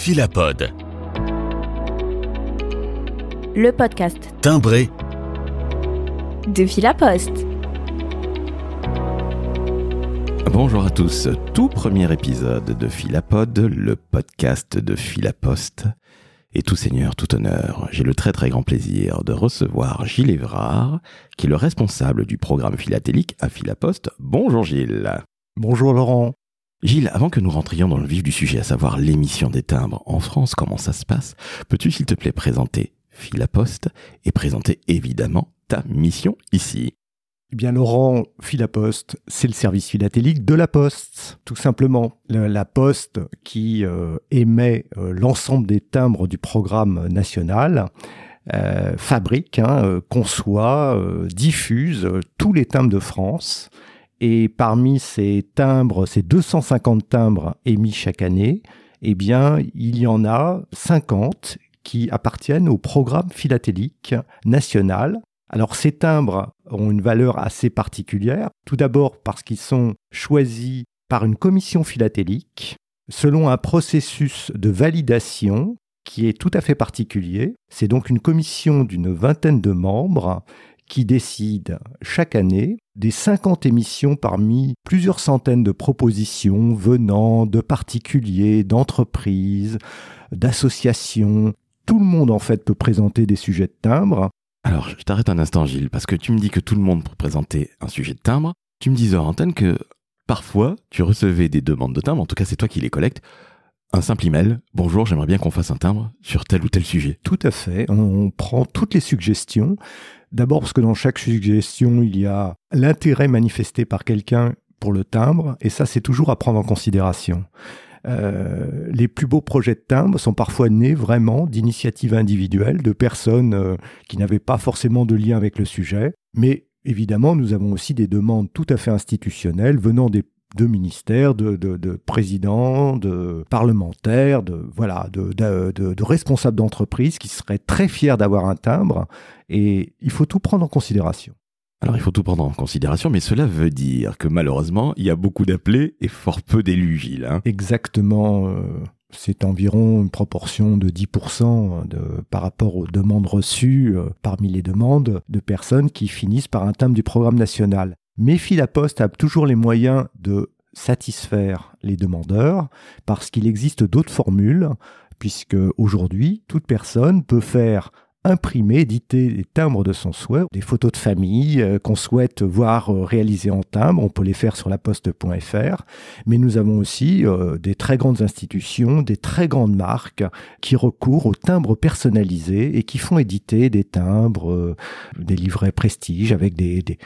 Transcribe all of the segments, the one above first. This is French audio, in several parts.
Philapod. Le podcast Timbré de Philapost. Bonjour à tous, tout premier épisode de Philapod, le podcast de Philapost. Et tout seigneur, tout honneur, j'ai le très très grand plaisir de recevoir Gilles Évrard, qui est le responsable du programme philatélique à Philapost. Bonjour Gilles. Bonjour Laurent. Gilles, avant que nous rentrions dans le vif du sujet, à savoir l'émission des timbres en France, comment ça se passe, peux-tu s'il te plaît présenter Philapost et présenter évidemment ta mission ici? Eh bien Laurent, Philapost, c'est le service philatélique de la Poste, tout simplement. La Poste qui émet l'ensemble des timbres du programme national, fabrique, conçoit, diffuse tous les timbres de France. Et parmi ces timbres, ces 250 timbres émis chaque année, eh bien, il y en a 50 qui appartiennent au programme philatélique national. Alors, ces timbres ont une valeur assez particulière. Tout d'abord parce qu'ils sont choisis par une commission philatélique selon un processus de validation qui est tout à fait particulier. C'est donc une commission d'une vingtaine de membres qui décide chaque année des 50 émissions parmi plusieurs centaines de propositions venant de particuliers, d'entreprises, d'associations. Tout le monde, en fait, peut présenter des sujets de timbre. Alors, je t'arrête un instant, Gilles, parce que tu me dis que tout le monde peut présenter un sujet de timbre. Tu me disais en antenne que parfois, tu recevais des demandes de timbre, en tout cas, c'est toi qui les collectes. Un simple email, bonjour, j'aimerais bien qu'on fasse un timbre sur tel ou tel sujet. Tout à fait, on prend toutes les suggestions. D'abord parce que dans chaque suggestion, il y a l'intérêt manifesté par quelqu'un pour le timbre, et ça, c'est toujours à prendre en considération. Les plus beaux projets de timbre sont parfois nés vraiment d'initiatives individuelles, de personnes qui n'avaient pas forcément de lien avec le sujet. Mais évidemment, nous avons aussi des demandes tout à fait institutionnelles venant de ministères, de présidents, de parlementaires, de responsables d'entreprises qui seraient très fiers d'avoir un timbre. Et il faut tout prendre en considération. Alors, il faut tout prendre en considération, mais cela veut dire que malheureusement, il y a beaucoup d'appelés et fort peu d'élus, Gilles. Exactement. C'est environ une proportion de 10% par rapport aux demandes reçues parmi les demandes de personnes qui finissent par un timbre du programme national. Mais Philapost a toujours les moyens de satisfaire les demandeurs parce qu'il existe d'autres formules, puisque aujourd'hui, toute personne peut faire imprimer, éditer les timbres de son souhait, des photos de famille qu'on souhaite voir réalisées en timbre, on peut les faire sur laposte.fr, mais nous avons aussi des très grandes institutions, des très grandes marques qui recourent aux timbres personnalisés et qui font éditer des timbres, des livrets prestige avec des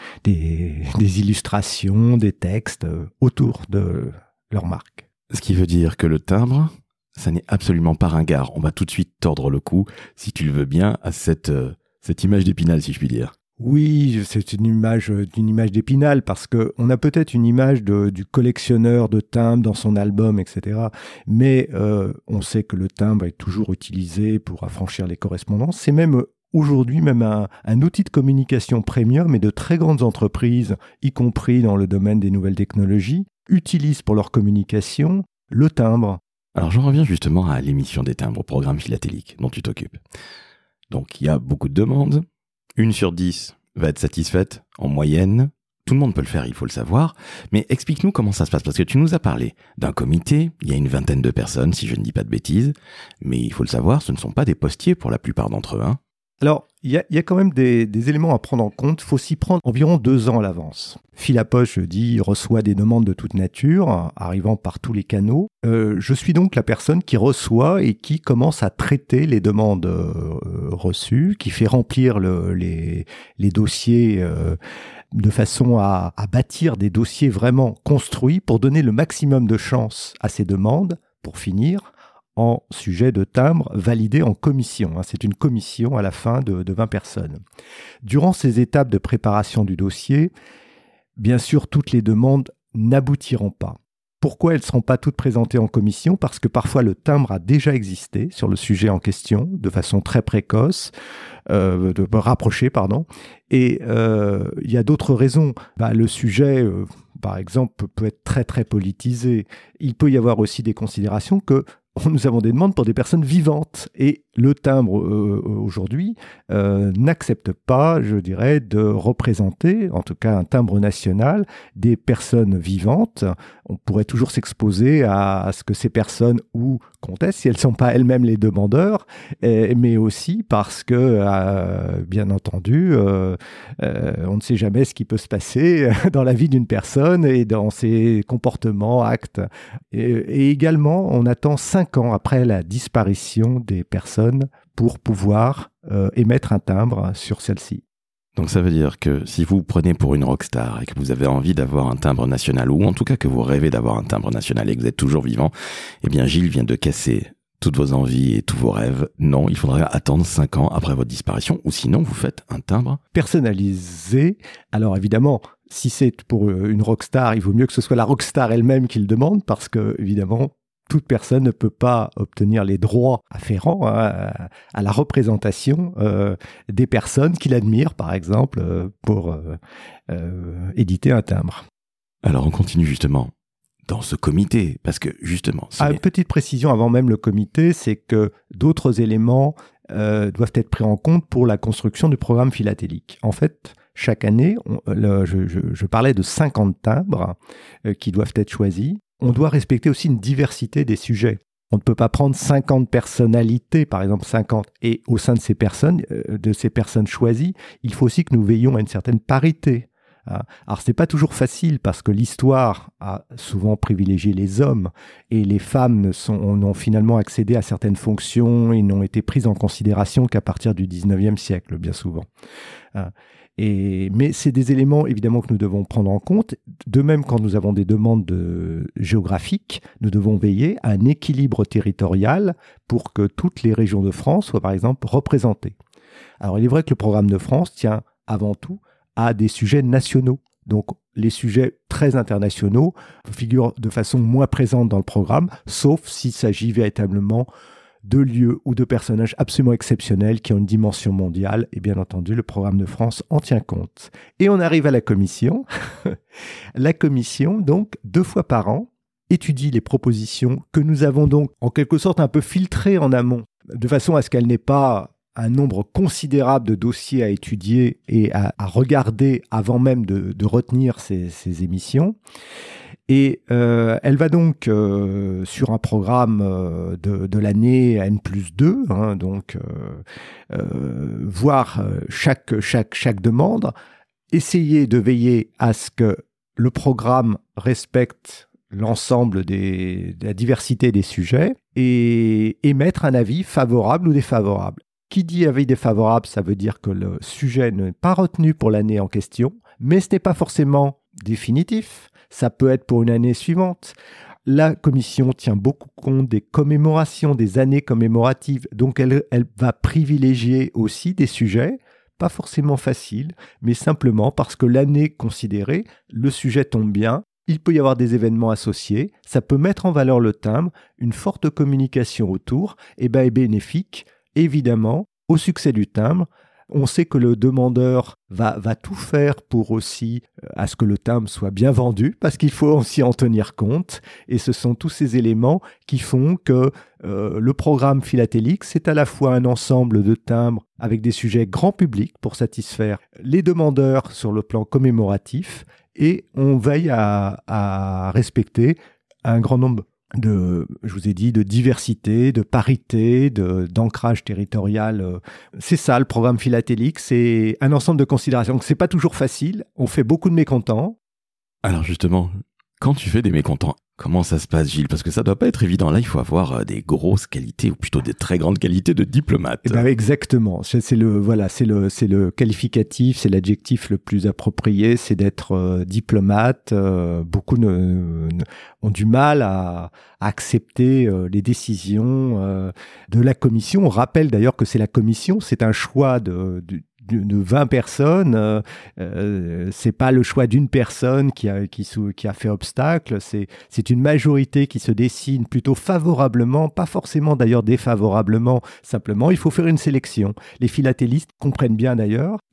illustrations, des textes autour de leur marque. Ce qui veut dire que le timbre, ça n'est absolument pas ringard. On va tout de suite tordre le cou, si tu le veux bien, à cette image d'Épinal, si je puis dire. Oui, c'est une image d'Épinal parce qu'on a peut-être une image du collectionneur de timbres dans son album, etc. Mais on sait que le timbre est toujours utilisé pour affranchir les correspondances. C'est même aujourd'hui même un outil de communication premium, et de très grandes entreprises, y compris dans le domaine des nouvelles technologies, utilisent pour leur communication le timbre. Alors j'en reviens justement à l'émission des timbres au programme philatélique dont tu t'occupes. Donc il y a beaucoup de demandes, 1 sur 10 va être satisfaite en moyenne, tout le monde peut le faire, il faut le savoir, mais explique-nous comment ça se passe, parce que tu nous as parlé d'un comité, il y a une vingtaine de personnes si je ne dis pas de bêtises, mais il faut le savoir, ce ne sont pas des postiers pour la plupart d'entre eux. Alors, il y a quand même des éléments à prendre en compte. Il faut s'y prendre environ 2 ans à l'avance. Philapost, je dis, reçoit des demandes de toute nature, arrivant par tous les canaux. Je suis donc la personne qui reçoit et qui commence à traiter les demandes reçues, qui fait remplir les dossiers de façon à bâtir des dossiers vraiment construits pour donner le maximum de chance à ces demandes, pour finir en sujet de timbre validé en commission. C'est une commission à la fin de 20 personnes. Durant ces étapes de préparation du dossier, bien sûr, toutes les demandes n'aboutiront pas. Pourquoi elles ne seront pas toutes présentées en commission ? Parce que parfois le timbre a déjà existé sur le sujet en question, de façon très précoce, rapprochée, et il y a d'autres raisons. Le sujet par exemple, peut être très très politisé. Il peut y avoir aussi des considérations que nous avons des demandes pour des personnes vivantes. Et le timbre, aujourd'hui, n'accepte pas, je dirais, de représenter, en tout cas un timbre national, des personnes vivantes. On pourrait toujours s'exposer à ce que ces personnes ou contestent, si elles ne sont pas elles-mêmes les demandeurs, mais aussi parce que, bien entendu, on ne sait jamais ce qui peut se passer dans la vie d'une personne et dans ses comportements, actes. Et également, on attend 5 ans après la disparition des personnes pour pouvoir émettre un timbre sur celle-ci. Donc ça veut dire que si vous prenez pour une rockstar et que vous avez envie d'avoir un timbre national, ou en tout cas que vous rêvez d'avoir un timbre national et que vous êtes toujours vivant, eh bien Gilles vient de casser toutes vos envies et tous vos rêves. Non, il faudrait attendre 5 ans après votre disparition, ou sinon vous faites un timbre personnalisé. Alors évidemment, si c'est pour une rockstar, il vaut mieux que ce soit la rockstar elle-même qui le demande, parce que évidemment, toute personne ne peut pas obtenir les droits afférents à la représentation des personnes qu'il admire, par exemple, pour éditer un timbre. Alors on continue justement dans ce comité, parce que justement... Petite précision avant même le comité, c'est que d'autres éléments doivent être pris en compte pour la construction du programme philatélique. En fait, chaque année, je parlais de 50 timbres qui doivent être choisis. On doit respecter aussi une diversité des sujets. On ne peut pas prendre 50 personnalités, par exemple 50, et au sein de ces personnes choisies, il faut aussi que nous veillions à une certaine parité. Alors, c'est pas toujours facile parce que l'histoire a souvent privilégié les hommes et les femmes n'ont finalement accédé à certaines fonctions et n'ont été prises en considération qu'à partir du 19e siècle, bien souvent. Mais c'est des éléments, évidemment, que nous devons prendre en compte. De même, quand nous avons des demandes géographiques, nous devons veiller à un équilibre territorial pour que toutes les régions de France soient, par exemple, représentées. Alors, il est vrai que le programme de France tient avant tout à des sujets nationaux. Donc, les sujets très internationaux figurent de façon moins présente dans le programme, sauf s'il s'agit véritablement de lieux ou de personnages absolument exceptionnels qui ont une dimension mondiale. Et bien entendu, le programme de France en tient compte. Et on arrive à la commission. La commission, donc, 2 fois par an, étudie les propositions que nous avons donc, en quelque sorte, un peu filtrées en amont, de façon à ce qu'elle n'ait pas un nombre considérable de dossiers à étudier et à regarder avant même de retenir ces émissions. Et elle va donc sur un programme de l'année N+2, donc voir chaque demande, essayer de veiller à ce que le programme respecte l'ensemble de la diversité des sujets et émettre un avis favorable ou défavorable. Qui dit avis défavorable, ça veut dire que le sujet n'est pas retenu pour l'année en question, mais ce n'est pas forcément définitif. Ça peut être pour une année suivante. La commission tient beaucoup compte des commémorations, des années commémoratives. Donc, elle va privilégier aussi des sujets, pas forcément faciles, mais simplement parce que l'année considérée, le sujet tombe bien. Il peut y avoir des événements associés. Ça peut mettre en valeur le timbre. Une forte communication autour est bénéfique, évidemment, au succès du timbre. On sait que le demandeur va tout faire pour aussi à ce que le timbre soit bien vendu, parce qu'il faut aussi en tenir compte. Et ce sont tous ces éléments qui font que le programme philatélique, c'est à la fois un ensemble de timbres avec des sujets grand public pour satisfaire les demandeurs sur le plan commémoratif, et on veille à respecter un grand nombre je vous ai dit, de diversité, de parité, d'ancrage territorial. C'est ça, le programme philatélique, c'est un ensemble de considérations. Donc, c'est pas toujours facile, on fait beaucoup de mécontents. Alors justement, quand tu fais des mécontents, comment ça se passe, Gilles? Parce que ça doit pas être évident. Là, il faut avoir des grosses qualités, ou plutôt des très grandes qualités de diplomate. Eh ben, exactement. C'est le qualificatif, c'est l'adjectif le plus approprié, c'est d'être diplomate. Beaucoup ont du mal à accepter les décisions de la commission. On rappelle d'ailleurs que c'est la commission, c'est un choix de 20 personnes, c'est pas le choix d'une personne qui a fait obstacle, c'est une majorité qui se dessine plutôt favorablement, pas forcément d'ailleurs défavorablement, simplement il faut faire une sélection. Les philatélistes comprennent bien d'ailleurs que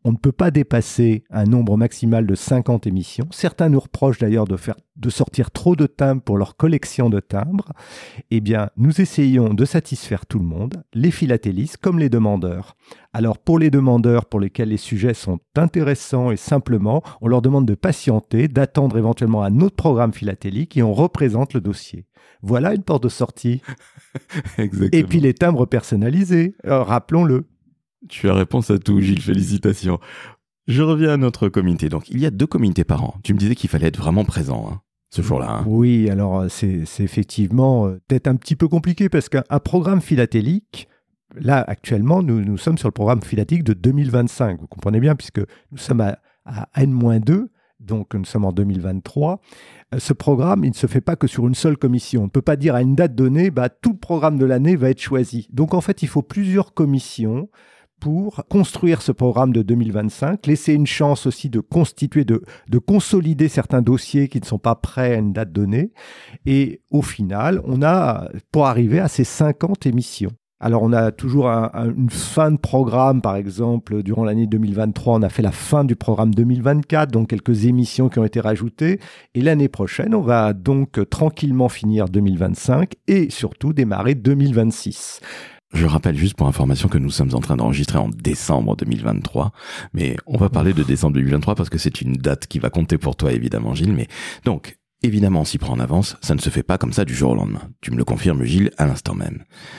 on ne peut pas dépasser un nombre maximal de 50 émissions. Certains nous reprochent d'ailleurs de sortir trop de timbres pour leur collection de timbres. Eh bien, nous essayons de satisfaire tout le monde, les philatélistes comme les demandeurs. Alors, pour les demandeurs pour lesquels les sujets sont intéressants et simplement, on leur demande de patienter, d'attendre éventuellement un autre programme philatélique et on représente le dossier. Voilà une porte de sortie. Exactement. Et puis les timbres personnalisés, rappelons-le. Tu as réponse à tout, Gilles, félicitations. Je reviens à notre comité. Donc, il y a 2 comités par an. Tu me disais qu'il fallait être vraiment présent ce jour-là. Oui, alors c'est effectivement peut-être un petit peu compliqué parce qu'un programme philatélique, là actuellement, nous sommes sur le programme philatélique de 2025. Vous comprenez bien puisque nous sommes à N-2, donc nous sommes en 2023. Ce programme, il ne se fait pas que sur une seule commission. On ne peut pas dire à une date donnée, tout le programme de l'année va être choisi. Donc en fait, il faut plusieurs commissions pour construire ce programme de 2025, laisser une chance aussi de constituer, de consolider certains dossiers qui ne sont pas prêts à une date donnée. Et au final, on a, pour arriver à ces 50 émissions. Alors, on a toujours une fin de programme, par exemple, durant l'année 2023, on a fait la fin du programme 2024, donc quelques émissions qui ont été rajoutées. Et l'année prochaine, on va donc tranquillement finir 2025 et surtout démarrer 2026. Je rappelle juste pour information que nous sommes en train d'enregistrer en décembre 2023, mais on va parler de décembre 2023 parce que c'est une date qui va compter pour toi évidemment Gilles, mais donc évidemment on s'y prend en avance, ça ne se fait pas comme ça du jour au lendemain. Tu me le confirmes Gilles à l'instant même.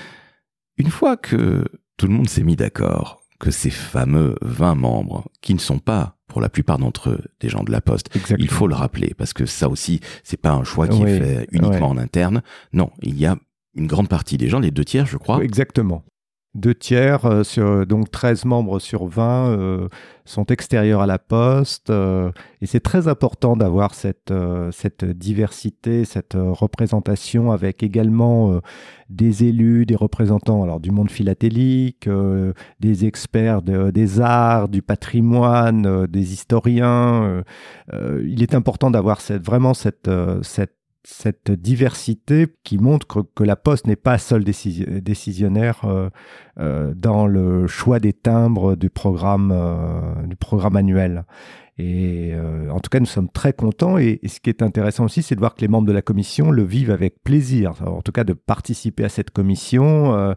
Une fois que tout le monde s'est mis d'accord, que ces fameux 20 membres, qui ne sont pas pour la plupart d'entre eux des gens de la Poste, exactement. Il faut le rappeler parce que ça aussi c'est pas un choix qui est fait uniquement en interne, non, il y a une grande partie des gens, les 2 tiers, je crois. Exactement. 2 tiers, donc 13 membres sur 20 sont extérieurs à la Poste. Et c'est très important d'avoir cette diversité, cette représentation avec également des élus, des représentants alors, du monde philatélique, des experts des arts, du patrimoine, des historiens. Il est important d'avoir vraiment cette diversité qui montre que la Poste n'est pas seule décisionnaire dans le choix des timbres du programme annuel. Et en tout cas, nous sommes très contents. Et ce qui est intéressant aussi, c'est de voir que les membres de la commission le vivent avec plaisir. En tout cas, de participer à cette commission.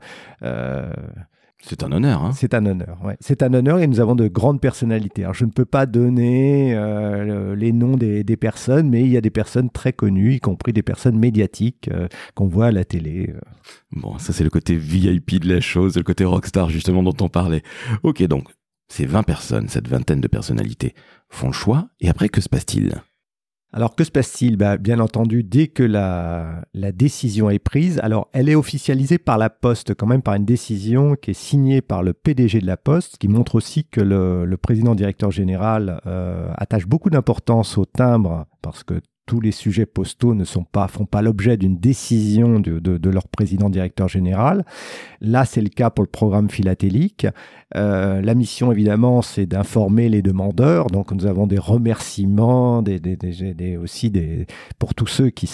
C'est un honneur. Hein. C'est un honneur, ouais. C'est un honneur et nous avons de grandes personnalités. Alors, je ne peux pas donner les noms des personnes, mais il y a des personnes très connues, y compris des personnes médiatiques qu'on voit à la télé. Bon, ça c'est le côté VIP de la chose, le côté rockstar justement dont on parlait. Ok, donc ces 20 personnes, cette vingtaine de personnalités font le choix et après que se passe-t-il ? Alors, que se passe-t-il ? Bien entendu, dès que la décision est prise, alors elle est officialisée par la Poste, quand même par une décision qui est signée par le PDG de la Poste, qui montre aussi que le président directeur général attache beaucoup d'importance au timbre, parce que tous les sujets postaux ne font pas l'objet d'une décision de leur président directeur général. Là, c'est le cas pour le programme philatélique. La mission, évidemment, c'est d'informer les demandeurs. Donc, nous avons des remerciements, aussi pour tous ceux qui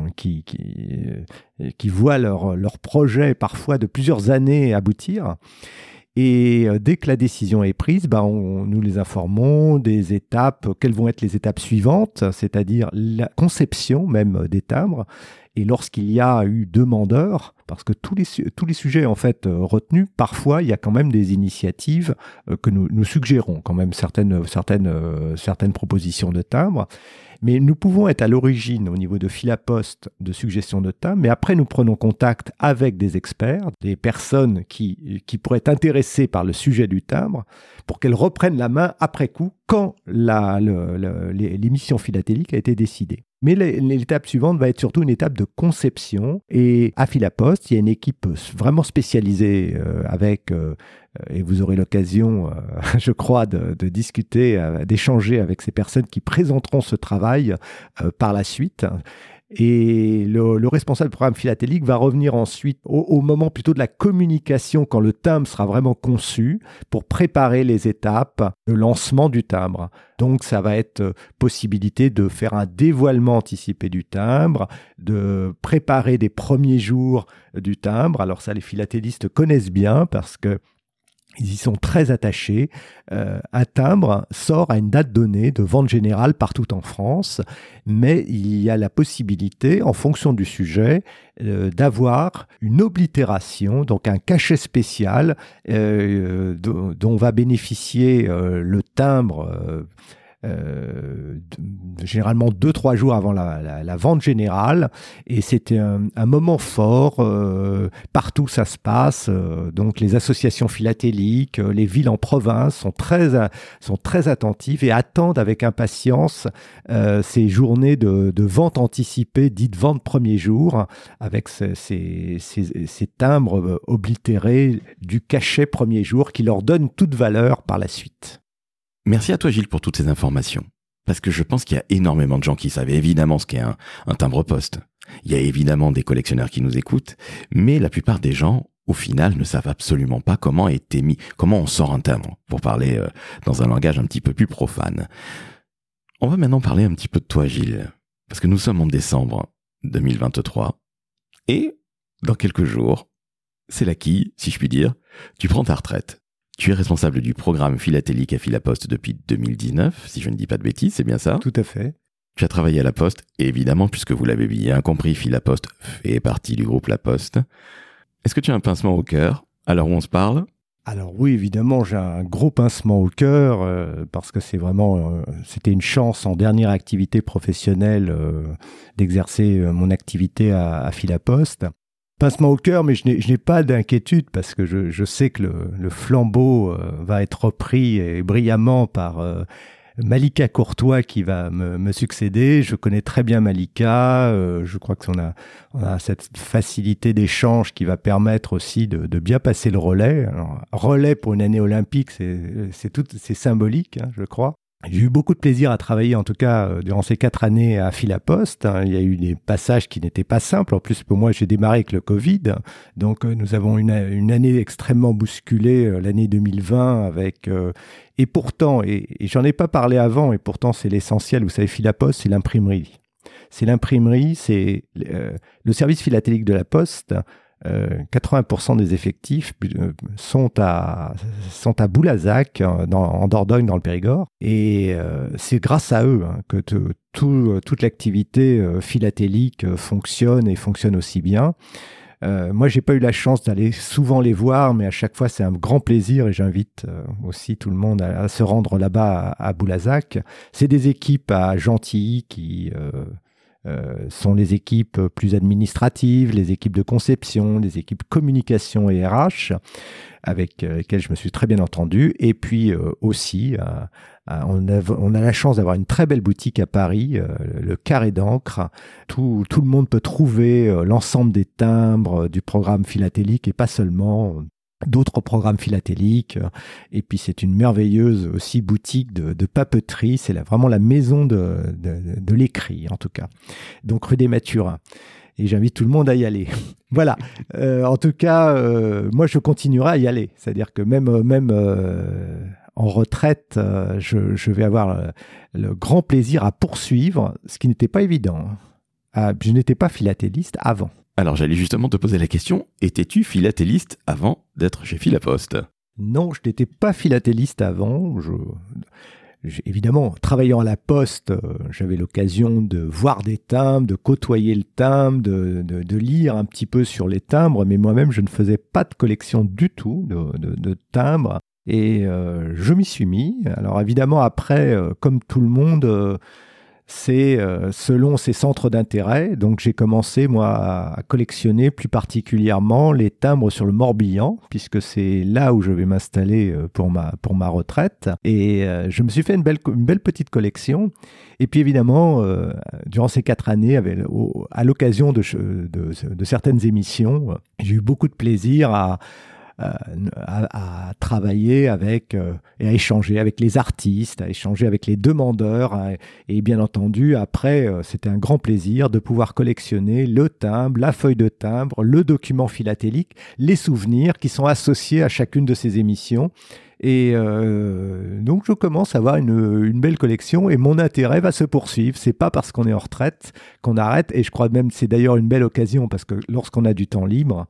voient leur projet parfois de plusieurs années aboutir. Et dès que la décision est prise, nous les informons des étapes, quelles vont être les étapes suivantes, c'est-à-dire la conception même des timbres. Et lorsqu'il y a eu demandeurs, parce que tous les sujets en fait retenus, parfois il y a quand même des initiatives que nous suggérons, quand même certaines propositions de timbres. Mais nous pouvons être à l'origine, au niveau de Philaposte, de suggestions de timbres, mais après nous prenons contact avec des experts, des personnes qui pourraient être intéressées par le sujet du timbre, pour qu'elles reprennent la main après coup, quand l'émission philatélique a été décidée. Mais l'étape suivante va être surtout une étape de conception. Et à Philaposte, il y a une équipe vraiment spécialisée et vous aurez l'occasion, je crois, de discuter, d'échanger avec ces personnes qui présenteront ce travail par la suite. Et le responsable du programme philatélique va revenir ensuite au moment plutôt de la communication, quand le timbre sera vraiment conçu, pour préparer les étapes de lancement du timbre. Donc ça va être possibilité de faire un dévoilement anticipé du timbre, de préparer des premiers jours du timbre. Alors ça, les philatélistes connaissent bien parce que Ils y sont très attachés. Un timbre sort à une date donnée de vente générale partout en France, mais il y a la possibilité, en fonction du sujet, d'avoir une oblitération, donc un cachet spécial dont va bénéficier le timbre généralement 2-3 jours avant la vente générale, et c'était un moment fort. Partout ça se passe, donc les associations philatéliques, les villes en province sont très attentives et attendent avec impatience ces journées de vente anticipée, dites vente premier jour, avec ces timbres oblitérés du cachet premier jour qui leur donnent toute valeur par la suite. Merci à toi Gilles pour toutes ces informations. Parce que je pense qu'il y a énormément de gens qui savent évidemment ce qu'est un timbre-poste. Il y a évidemment des collectionneurs qui nous écoutent, mais la plupart des gens, au final, ne savent absolument pas comment on sort un timbre, pour parler dans un langage un petit peu plus profane. On va maintenant parler un petit peu de toi Gilles, parce que nous sommes en décembre 2023, et dans quelques jours, c'est là qui, si je puis dire, tu prends ta retraite. Tu es responsable du programme philatélique à Filaposte depuis 2019, si je ne dis pas de bêtises, c'est bien ça ? Tout à fait. Tu as travaillé à La Poste, et évidemment, puisque vous l'avez bien compris, Filaposte fait partie du groupe La Poste. Est-ce que tu as un pincement au cœur à l'heure où on se parle ? Alors oui, évidemment, j'ai un gros pincement au cœur, parce que c'était une chance en dernière activité professionnelle d'exercer mon activité à Filaposte. Pincement au cœur, mais je n'ai pas d'inquiétude parce que je sais que le flambeau va être repris et brillamment par Malika Courtois qui va me succéder. Je connais très bien Malika, je crois qu'on a cette facilité d'échange qui va permettre aussi de bien passer le relais. Alors, relais pour une année olympique, c'est symbolique, hein, je crois. J'ai eu beaucoup de plaisir à travailler, en tout cas, durant ces 4 années à Filaposte. Il y a eu des passages qui n'étaient pas simples. En plus, pour moi, j'ai démarré avec le Covid. Donc, nous avons une année extrêmement bousculée, l'année 2020, avec... et pourtant, et j'en ai pas parlé avant, et pourtant, c'est l'essentiel. Vous savez, Filaposte, c'est l'imprimerie. C'est l'imprimerie, c'est le service philatélique de la Poste. 80% des effectifs sont à Boulazac, en Dordogne, dans le Périgord. Et c'est grâce à eux que toute l'activité philatélique fonctionne et fonctionne aussi bien. Moi, j'ai pas eu la chance d'aller souvent les voir, mais à chaque fois, c'est un grand plaisir et j'invite aussi tout le monde à se rendre là-bas à Boulazac. C'est des équipes à Gentilly qui... sont les équipes plus administratives, les équipes de conception, les équipes communication et RH, avec lesquelles je me suis très bien entendu. Et puis aussi, on a la chance d'avoir une très belle boutique à Paris, le Carré d'encre. Tout le monde peut trouver l'ensemble des timbres du programme philatélique et pas seulement... d'autres programmes philatéliques, et puis c'est une merveilleuse aussi boutique de papeterie, c'est vraiment la maison de l'écrit en tout cas, donc rue des Mathurins, et j'invite tout le monde à y aller. Voilà, en tout cas, moi je continuerai à y aller, c'est-à-dire que même en retraite, je vais avoir le grand plaisir à poursuivre, ce qui n'était pas évident. Je n'étais pas philatéliste avant. Alors j'allais justement te poser la question, étais-tu philatéliste avant d'être chez Filaposte ? Non, je n'étais pas philatéliste avant. Évidemment, travaillant à la Poste, j'avais l'occasion de voir des timbres, de côtoyer le timbre, de lire un petit peu sur les timbres, mais moi-même, je ne faisais pas de collection du tout de timbres. Et je m'y suis mis. Alors évidemment, après, comme tout le monde... c'est selon ses centres d'intérêt. Donc, j'ai commencé, moi, à collectionner plus particulièrement les timbres sur le Morbihan, puisque c'est là où je vais m'installer pour ma retraite. Et je me suis fait une belle petite collection. Et puis, évidemment, durant ces 4 années, à l'occasion de certaines émissions, j'ai eu beaucoup de plaisir à travailler avec et à échanger avec les artistes, à échanger avec les demandeurs, et bien entendu après c'était un grand plaisir de pouvoir collectionner le timbre, la feuille de timbre, le document philatélique, les souvenirs qui sont associés à chacune de ces émissions. Et donc je commence à avoir une belle collection et mon intérêt va se poursuivre. C'est pas parce qu'on est en retraite qu'on arrête, et je crois même que c'est d'ailleurs une belle occasion parce que lorsqu'on a du temps libre,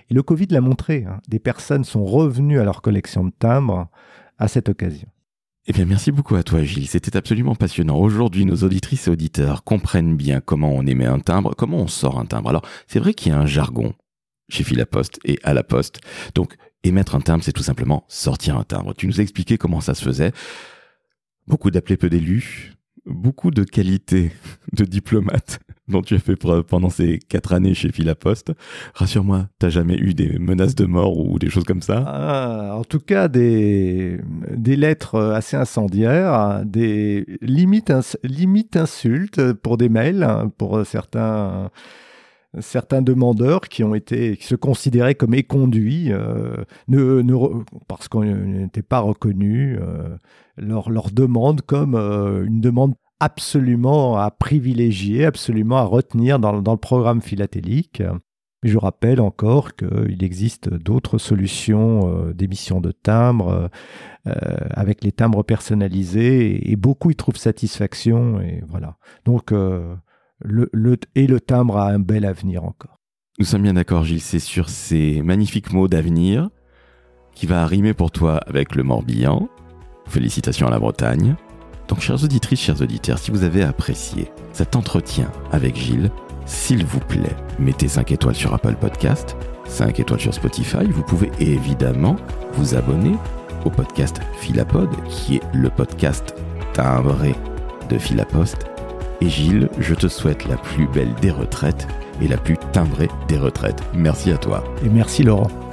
Et le Covid l'a montré, des personnes sont revenues à leur collection de timbres à cette occasion. Eh bien, merci beaucoup à toi, Gilles. C'était absolument passionnant. Aujourd'hui, nos auditrices et auditeurs comprennent bien comment on émet un timbre, comment on sort un timbre. Alors, c'est vrai qu'il y a un jargon chez Philapost et à la Poste. Donc, émettre un timbre, c'est tout simplement sortir un timbre. Tu nous as expliqué comment ça se faisait. Beaucoup d'appelés, peu d'élus. Beaucoup de qualités de diplomate dont tu as fait preuve pendant ces 4 années chez Philapost. Rassure-moi, t'as jamais eu des menaces de mort ou des choses comme ça? En tout cas, des lettres assez incendiaires, des limite insultes pour des mails, pour certains demandeurs qui se considéraient comme éconduits, parce qu'on n'était pas reconnu leur demande comme une demande absolument à privilégier, absolument à retenir dans le programme philatélique. Mais je rappelle encore qu'il existe d'autres solutions d'émission de timbres avec les timbres personnalisés et beaucoup y trouvent satisfaction. Et voilà. Donc, le timbre a un bel avenir encore. Nous sommes bien d'accord, Gilles, c'est sur ces magnifiques mots d'avenir qui va rimer pour toi avec le Morbihan. Félicitations à la Bretagne. Donc, chères auditrices, chers auditeurs, si vous avez apprécié cet entretien avec Gilles, s'il vous plaît, mettez 5 étoiles sur Apple Podcast, 5 étoiles sur Spotify. Vous pouvez évidemment vous abonner au podcast Philapod, qui est le podcast timbré de Philapost. Et Gilles, je te souhaite la plus belle des retraites et la plus timbrée des retraites. Merci à toi. Et merci Laurent.